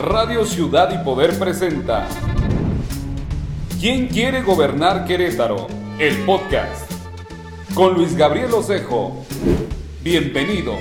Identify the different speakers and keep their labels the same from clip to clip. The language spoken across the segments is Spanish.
Speaker 1: Radio Ciudad y Poder presenta ¿Quién quiere gobernar Querétaro? El podcast con Luis Gabriel Osejo. Bienvenidos.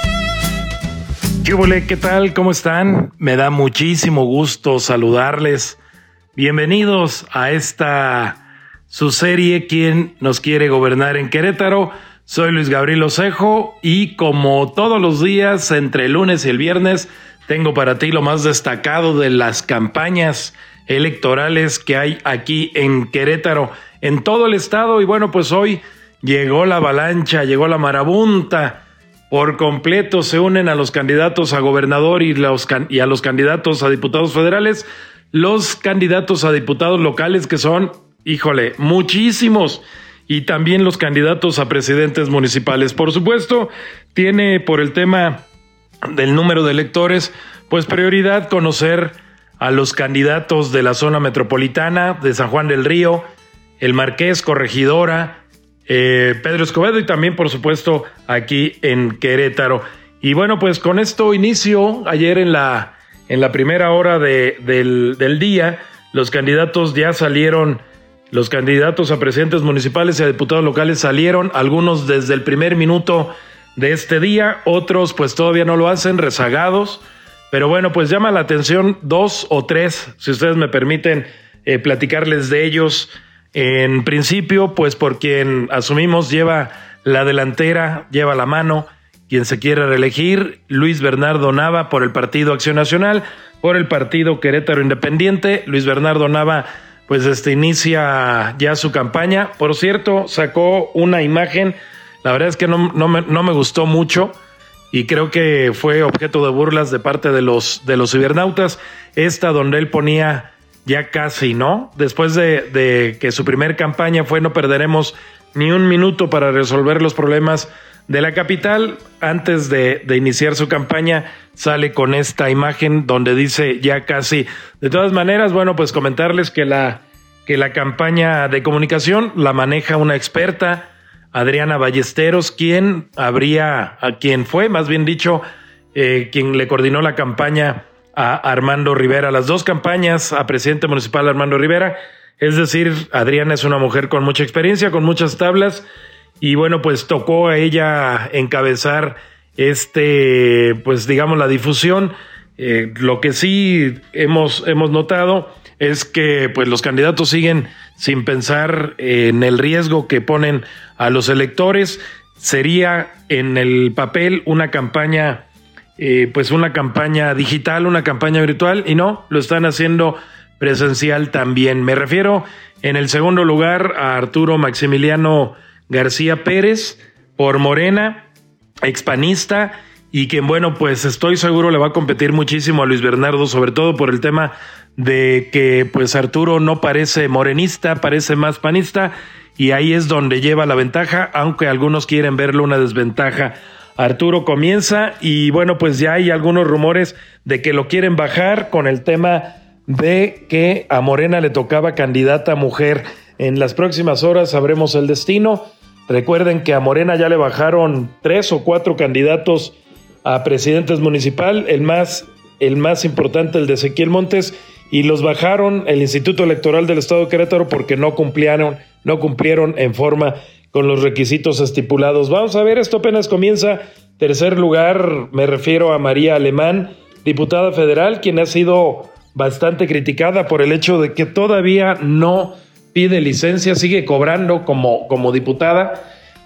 Speaker 2: ¿Qué tal? ¿Cómo están? Me da muchísimo gusto saludarles. Bienvenidos a esta su serie ¿Quién nos quiere gobernar en Querétaro? Soy Luis Gabriel Osejo y como todos los días entre el lunes y el viernes tengo para ti lo más destacado de las campañas electorales que hay aquí en Querétaro, en todo el estado. Y bueno, pues hoy llegó la avalancha, llegó la marabunta. Por completo se unen a los candidatos a gobernador y a los candidatos a diputados federales, los candidatos a diputados locales que son, muchísimos, y también los candidatos a presidentes municipales. Por supuesto, tiene por el tema del número de electores, pues prioridad conocer a los candidatos de la zona metropolitana, de San Juan del Río, El Marqués, Corregidora, Pedro Escobedo y también, por supuesto, aquí en Querétaro. Y bueno, pues con esto inicio. Ayer en la primera hora del día, los candidatos ya salieron, los candidatos a presidentes municipales y a diputados locales salieron, algunos desde el primer minuto de este día, otros pues todavía no lo hacen, rezagados, pero bueno, pues llama la atención dos o tres, si ustedes me permiten platicarles de ellos. En principio, pues por quien asumimos lleva la delantera, lleva la mano, quien se quiere reelegir, Luis Bernardo Nava por el Partido Acción Nacional, por el Partido Querétaro Independiente. Luis Bernardo Nava pues inicia ya su campaña. Por cierto, sacó una imagen, la verdad es que no me gustó mucho y creo que fue objeto de burlas de parte de los cibernautas, esta donde él ponía ya casi, ¿no? Después de que su primer campaña fue no perderemos ni un minuto para resolver los problemas de la capital, antes de iniciar su campaña sale con esta imagen donde dice ya casi. De todas maneras, bueno, pues comentarles que la campaña de comunicación la maneja una experta, Adriana Ballesteros, quien le coordinó la campaña a Armando Rivera, las dos campañas a presidente municipal Armando Rivera. Es decir, Adriana es una mujer con mucha experiencia, con muchas tablas, y bueno, pues tocó a ella encabezar pues digamos la difusión. Lo que sí hemos notado es que pues los candidatos siguen sin pensar en el riesgo que ponen a los electores. Sería en el papel una campaña digital, una campaña virtual, y no, lo están haciendo presencial también. Me refiero en el segundo lugar a Arturo Maximiliano García Pérez por Morena, expanista, y quien, bueno, pues estoy seguro le va a competir muchísimo a Luis Bernardo, sobre todo por el tema de que pues Arturo no parece morenista, parece más panista, y ahí es donde lleva la ventaja, aunque algunos quieren verlo una desventaja. Arturo comienza y bueno, pues ya hay algunos rumores de que lo quieren bajar con el tema de que a Morena le tocaba candidata mujer. En las próximas horas sabremos el destino. Recuerden que a Morena ya le bajaron 3 o 4 candidatos a presidentes municipal, el más importante, el de Ezequiel Montes, y los bajaron el Instituto Electoral del Estado de Querétaro porque no cumplieron en forma con los requisitos estipulados. Vamos a ver, esto apenas comienza. Tercer lugar, me refiero a María Alemán, diputada federal, quien ha sido bastante criticada por el hecho de que todavía no pide licencia, sigue cobrando como diputada,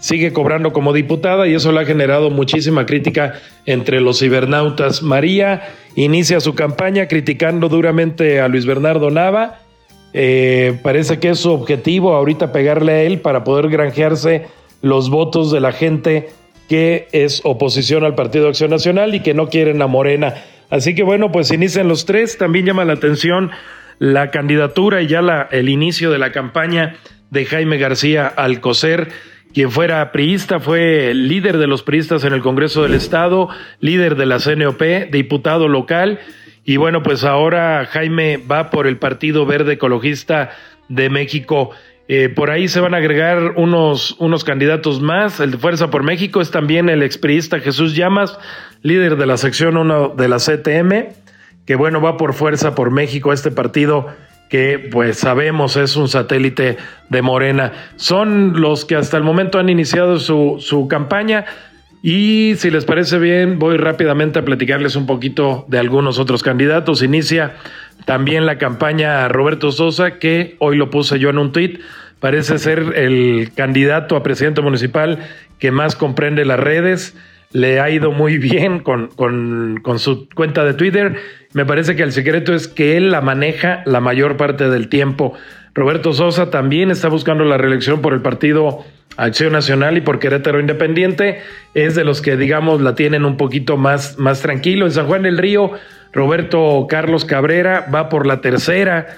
Speaker 2: y eso le ha generado muchísima crítica entre los cibernautas. María inicia su campaña criticando duramente a Luis Bernardo Nava. Parece que es su objetivo ahorita pegarle a él para poder granjearse los votos de la gente que es oposición al Partido Acción Nacional y que no quieren a Morena. Así que bueno, pues inician los tres. También llama la atención la candidatura y ya el inicio de la campaña de Jaime García Alcocer, quien fuera priista, fue líder de los priistas en el Congreso del Estado, líder de la CNOP, diputado local. Y bueno, pues ahora Jaime va por el Partido Verde Ecologista de México. Por ahí se van a agregar unos candidatos más. El de Fuerza por México es también el expriista Jesús Llamas, líder de la sección 1 de la CTM, que bueno, va por fuerza por México a este partido que pues sabemos es un satélite de Morena. Son los que hasta el momento han iniciado su campaña, y si les parece bien voy rápidamente a platicarles un poquito de algunos otros candidatos. Inicia también la campaña a Roberto Sosa, que hoy lo puse yo en un tuit. Parece ser el candidato a presidente municipal que más comprende las redes. Le ha ido muy bien con su cuenta de Twitter. Me parece que el secreto es que él la maneja la mayor parte del tiempo. Roberto Sosa también está buscando la reelección por el Partido Acción Nacional y por Querétaro Independiente. Es de los que, digamos, la tienen un poquito más tranquilo. En San Juan del Río, Roberto Carlos Cabrera va por la tercera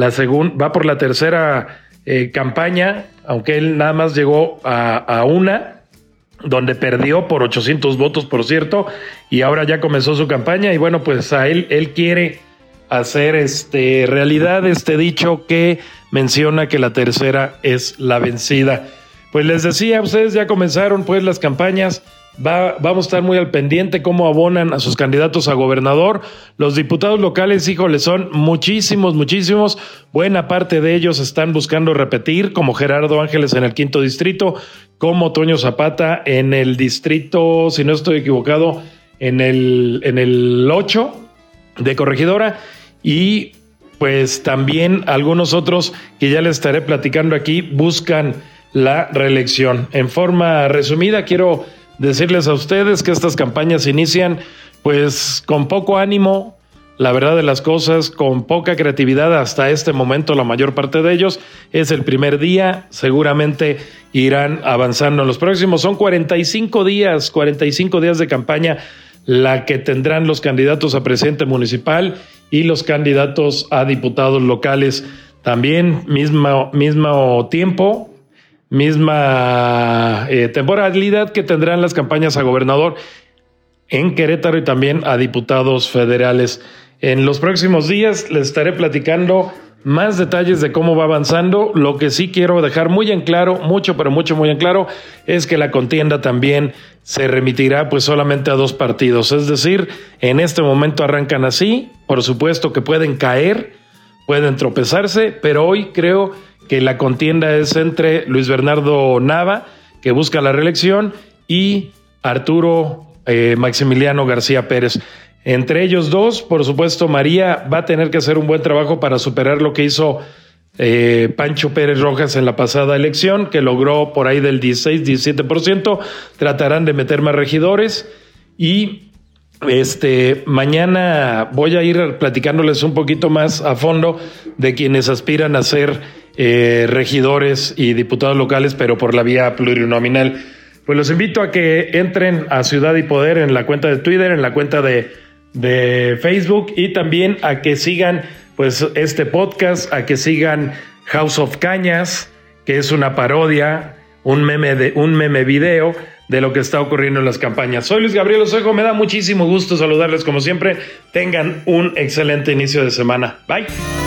Speaker 2: campaña, aunque él nada más llegó a una, donde perdió por 800 votos, por cierto, y ahora ya comenzó su campaña. Y bueno, pues a él quiere hacer realidad este dicho que menciona que la tercera es la vencida. Pues les decía, ustedes ya comenzaron pues las campañas. Vamos a estar muy al pendiente cómo abonan a sus candidatos a gobernador. Los diputados locales, híjole, son muchísimos. Buena parte de ellos están buscando repetir, como Gerardo Ángeles en el 5º distrito, como Toño Zapata en el distrito, si no estoy equivocado, en el 8 de Corregidora, y pues también algunos otros que ya les estaré platicando aquí buscan la reelección. En forma resumida, quiero decirles a ustedes que estas campañas inician pues con poco ánimo, la verdad de las cosas, con poca creatividad hasta este momento. La mayor parte de ellos es el primer día, seguramente irán avanzando en los próximos. Son 45 días de campaña la que tendrán los candidatos a presidente municipal y los candidatos a diputados locales. También mismo tiempo, misma temporalidad que tendrán las campañas a gobernador en Querétaro y también a diputados federales. En los próximos días les estaré platicando más detalles de cómo va avanzando. Lo que sí quiero dejar muy en claro, muy en claro, es que la contienda también se remitirá pues solamente a 2 partidos. Es decir, en este momento arrancan así. Por supuesto que pueden caer, pueden tropezarse, pero hoy creo que la contienda es entre Luis Bernardo Nava, que busca la reelección, y Arturo Maximiliano García Pérez. Entre ellos dos, por supuesto, María va a tener que hacer un buen trabajo para superar lo que hizo Pancho Pérez Rojas en la pasada elección, que logró por ahí del 16-17%. Tratarán de meter más regidores, y mañana voy a ir platicándoles un poquito más a fondo de quienes aspiran a ser regidores y diputados locales, pero por la vía plurinominal. Pues los invito a que entren a Ciudad y Poder en la cuenta de Twitter, en la cuenta de Facebook, y también a que sigan pues este podcast, a que sigan House of Cañas, que es una parodia, un meme video de lo que está ocurriendo en las campañas. Soy Luis Gabriel Osejo, me da muchísimo gusto saludarles como siempre. Tengan un excelente inicio de semana. Bye.